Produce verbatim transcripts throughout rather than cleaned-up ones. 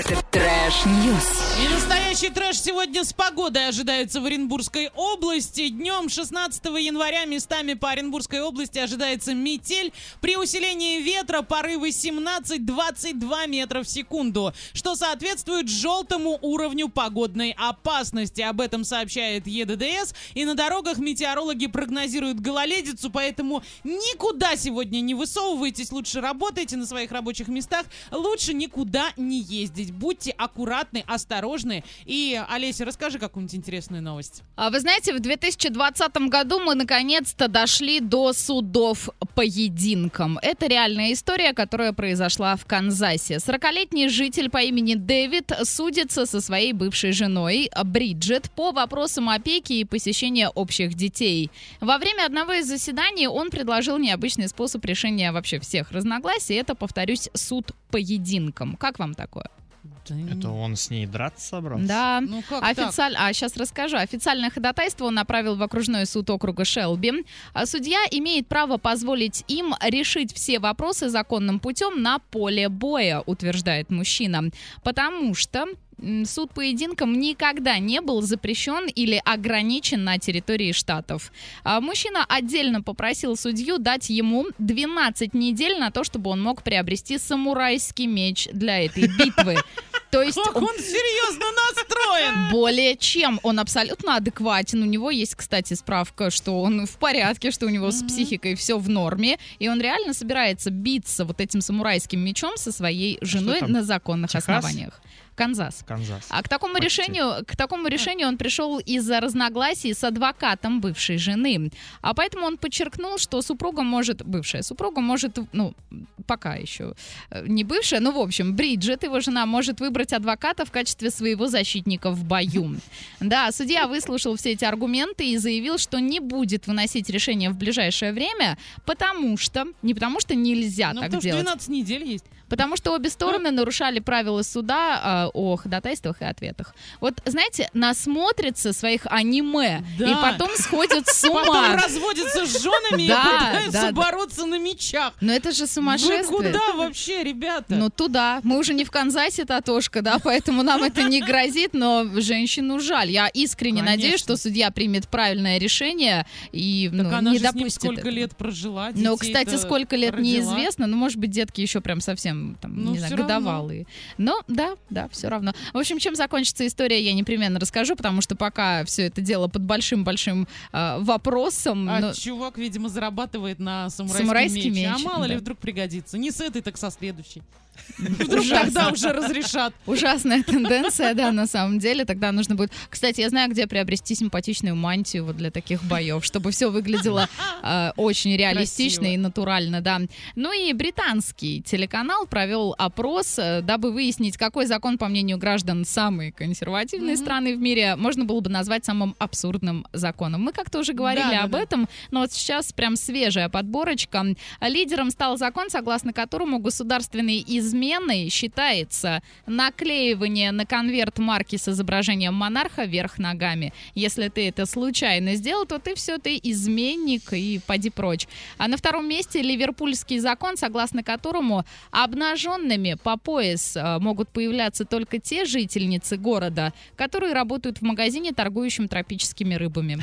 Трэш-ньюс. И настоящий трэш сегодня с погодой ожидается в Оренбургской области. Днем шестнадцатого января местами по Оренбургской области ожидается метель. При усилении ветра порывы семнадцать-двадцать два метра в секунду, что соответствует желтому уровню погодной опасности. Об этом сообщает Е Дэ Дэ Эс. И на дорогах метеорологи прогнозируют гололедицу, поэтому никуда сегодня не высовывайтесь, лучше работайте на своих рабочих местах, лучше никуда не ездить. Будьте аккуратны, осторожны. И, Олеся, расскажи какую-нибудь интересную новость. А вы знаете, в две тысячи двадцатом году мы наконец-то дошли до судов поединкам. Это реальная история, которая произошла в Канзасе. сорокалетний житель по имени Дэвид судится со своей бывшей женой Бриджит по вопросам опеки и посещения общих детей. Во время одного из заседаний он предложил необычный способ решения вообще всех разногласий. Это, повторюсь, суд поединком. Как вам такое? Это он с ней драться собрался? Да. Ну, как Официаль... А, сейчас расскажу. Официальное ходатайство он направил в окружной суд округа Шелби. А судья имеет право позволить им решить все вопросы законным путем на поле боя, утверждает мужчина. Потому что суд поединком никогда не был запрещен или ограничен на территории штатов. А мужчина отдельно попросил судью дать ему двенадцать недель на то, чтобы он мог приобрести самурайский меч для этой битвы. То есть Как он серьезно настроен! Более чем. Он абсолютно адекватен. У него есть, кстати, справка, что он в порядке, что у него mm-hmm. с психикой все в норме. И он реально собирается биться вот этим самурайским мечом со своей женой а на законных Техас? основаниях. Канзас. Канзас. А к такому Почти. решению, к такому решению он пришел из-за разногласий с адвокатом бывшей жены. А поэтому он подчеркнул, что супруга может, бывшая супруга может, ну, пока еще не бывшая, но в общем, Бриджит, его жена, может выбрать адвоката в качестве своего защитника в бою. Да, судья выслушал все эти аргументы и заявил, что не будет выносить решение в ближайшее время, потому что, не потому что нельзя Ну, так потому что делать. двенадцать недель есть. Потому что обе стороны нарушали правила суда э, о ходатайствах и ответах. Вот, знаете, насмотрятся своих аниме Да. и потом сходят с Потом ума. разводятся с женами Да, и пытаются да, да. бороться на мечах. Но это же Вы сумасшествие. куда вообще, ребята? Ну, туда. Мы уже не в Канзасе, Татошка, да, поэтому нам это не грозит, но женщину жаль. Я искренне Конечно. надеюсь, что судья примет правильное решение и ну, так она не же с ним допустит сколько этого. лет прожила, Ну, детей-то кстати, сколько лет родила. неизвестно. Ну, может быть, детки еще прям совсем, там, Ну, не знаю, всё равно. годовалые. Но, да, да, все равно. В общем, чем закончится история, я непременно расскажу, потому что пока все это дело под большим-большим э, вопросом. А но- чувак, видимо, зарабатывает на самурайском Самурайский мече. А меч, мало ли да. вдруг пригодится. Не с этой, так со следующей. Вдруг Ужасно. тогда уже разрешат. Ужасная тенденция, да, на самом деле. Тогда нужно будет... Кстати, я знаю, где приобрести симпатичную мантию вот для таких боев, чтобы все выглядело э, очень реалистично Красиво. и натурально, да. Ну и британский телеканал провел опрос, э, дабы выяснить, какой закон, по мнению граждан самой консервативной Мгм. страны в мире, можно было бы назвать самым абсурдным законом. Мы как-то уже говорили Да, да, об да. этом, но вот сейчас прям свежая подборочка. Лидером стал закон, согласно которому государственной изменой считается наклеивание на конверт марки с изображением монарха вверх ногами. Если ты это случайно сделал, то ты все, ты изменник и поди прочь. А на втором месте ливерпульский закон, согласно которому обнаженными по пояс э, могут появляться только те жительницы города, которые работают в магазине, торгующем тропическими рыбами.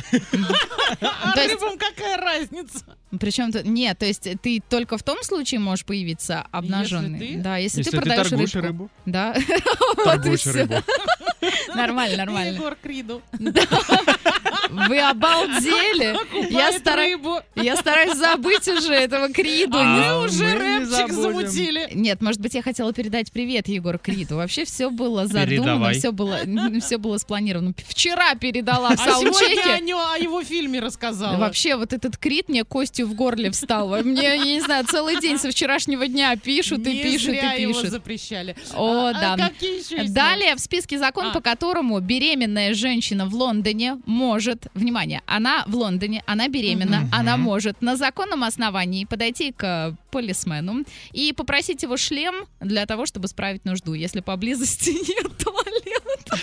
А То есть- рыбам какая разница? Причем то нет, то есть ты только в том случае можешь появиться обнаженный. Если ты- Да, если, Если ты ты продаешь торгуешь рыбку. рыбу. Да. Вот и Торгуешь всё. рыбу. Нормально, нормально. Егор Криду. Вы обалдели. Я, Покупает стара- рыбу. я стараюсь забыть уже этого Криду. А Не- мы уже мы не рэпчик забудем. замутили. Нет, может быть, я хотела передать привет Егору Криду. Вообще все было задумано, Передавай. все было, все было спланировано. Вчера передала в А сегодня о, саундчеке. нё- о его фильме рассказала. Вообще, вот этот Крид мне костью в горле встал. Мне, я не знаю, целый день со вчерашнего дня пишут и Не пишут зря и его пишут. запрещали. О, А- да. а какие еще есть Далее в списке закон, А. по которому беременная женщина в Лондоне может, внимание, она в Лондоне, она беременна, Мгм. она может на законном основании подойти к полисмену и попросить его шлем для того, чтобы справить нужду, если поблизости нет туалета.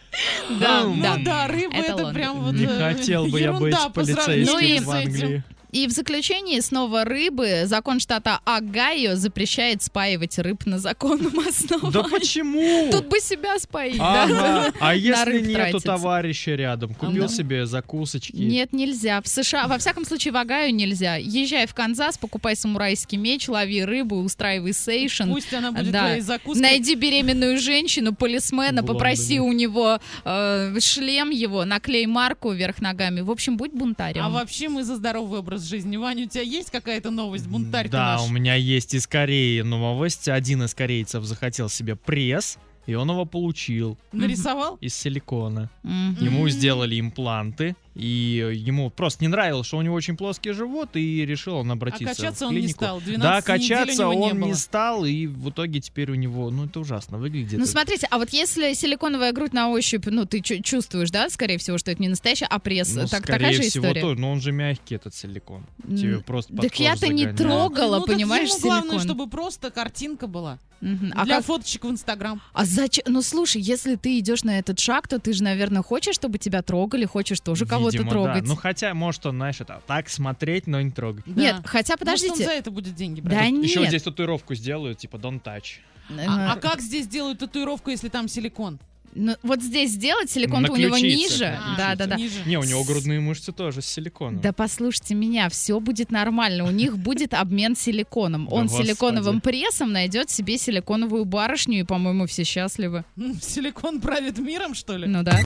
Да, Хм. да. Ну да, рыба Это это, Лондон. прям вот Не э, хотел бы я быть ерунда по сравнению Ну и- полицейским с в этим. Англии. И в заключении снова рыбы. Закон штата Огайо запрещает спаивать рыб на законном основании. Да почему? Тут бы себя споить, Ага. да? А если рыб нету тратиться. товарища рядом? Купил Да. себе закусочки. Нет, нельзя. В США, во всяком случае, в Огайо нельзя. Езжай в Канзас, покупай самурайский меч, лови рыбу, устраивай сейшн. Пусть она будет Да. твоей закуской. Найди беременную женщину, полисмена, В попроси Лондоне. у него э, шлем его, наклей марку вверх ногами. В общем, будь бунтарем. А вообще мы за здоровый образ жизни. Ваня, у тебя есть какая-то новость, бунтарь ты Да, наш? у меня есть из Кореи новость. Один из корейцев захотел себе пресс, и он его получил Нарисовал? из силикона. Мгм. Ему М. сделали импланты, и ему просто не нравилось, что у него очень плоский живот, и решил он А обратиться качаться в он не клинику. стал. двенадцать Да, недель качаться у него не он не было. стал, и в итоге теперь у него, ну это ужасно выглядит. Ну, смотрите, а вот если силиконовая грудь на ощупь, ну, ты чу- чувствуешь, да, скорее всего, что это не настоящий, а пресс, Ну, так, скорее такая же всего, история? тоже, но он же мягкий, этот силикон. Тебе М, просто под так кожу я-то не загоняют. трогала, Ну, так понимаешь, ему главное, силикон. чтобы просто картинка была. Мгм. А Для как- фоточек в Инстаграм. А зачем? Ну, слушай, если ты идешь на этот шаг, то ты же, наверное, хочешь, чтобы тебя трогали, хочешь тоже кого-то Видимо, трогать. Да. Ну хотя, может, он, знаешь, это так смотреть, но не трогать. Нет, Да. хотя, Может, он за подождите. это будет деньги брать. Да нет. Еще здесь татуировку сделают, типа don't touch. А, а Э, как здесь делают татуировку, если там силикон? ну, вот здесь сделать, силикон На у него ключице, ниже. на Да, да, да. Ниже. Не, у него грудные мышцы тоже с силиконом. Да послушайте меня, все будет нормально. У них будет обмен силиконом. Да Он господи. силиконовым прессом найдет себе силиконовую барышню, и, по-моему, все счастливы. М, Силикон правит миром, что ли? Ну да.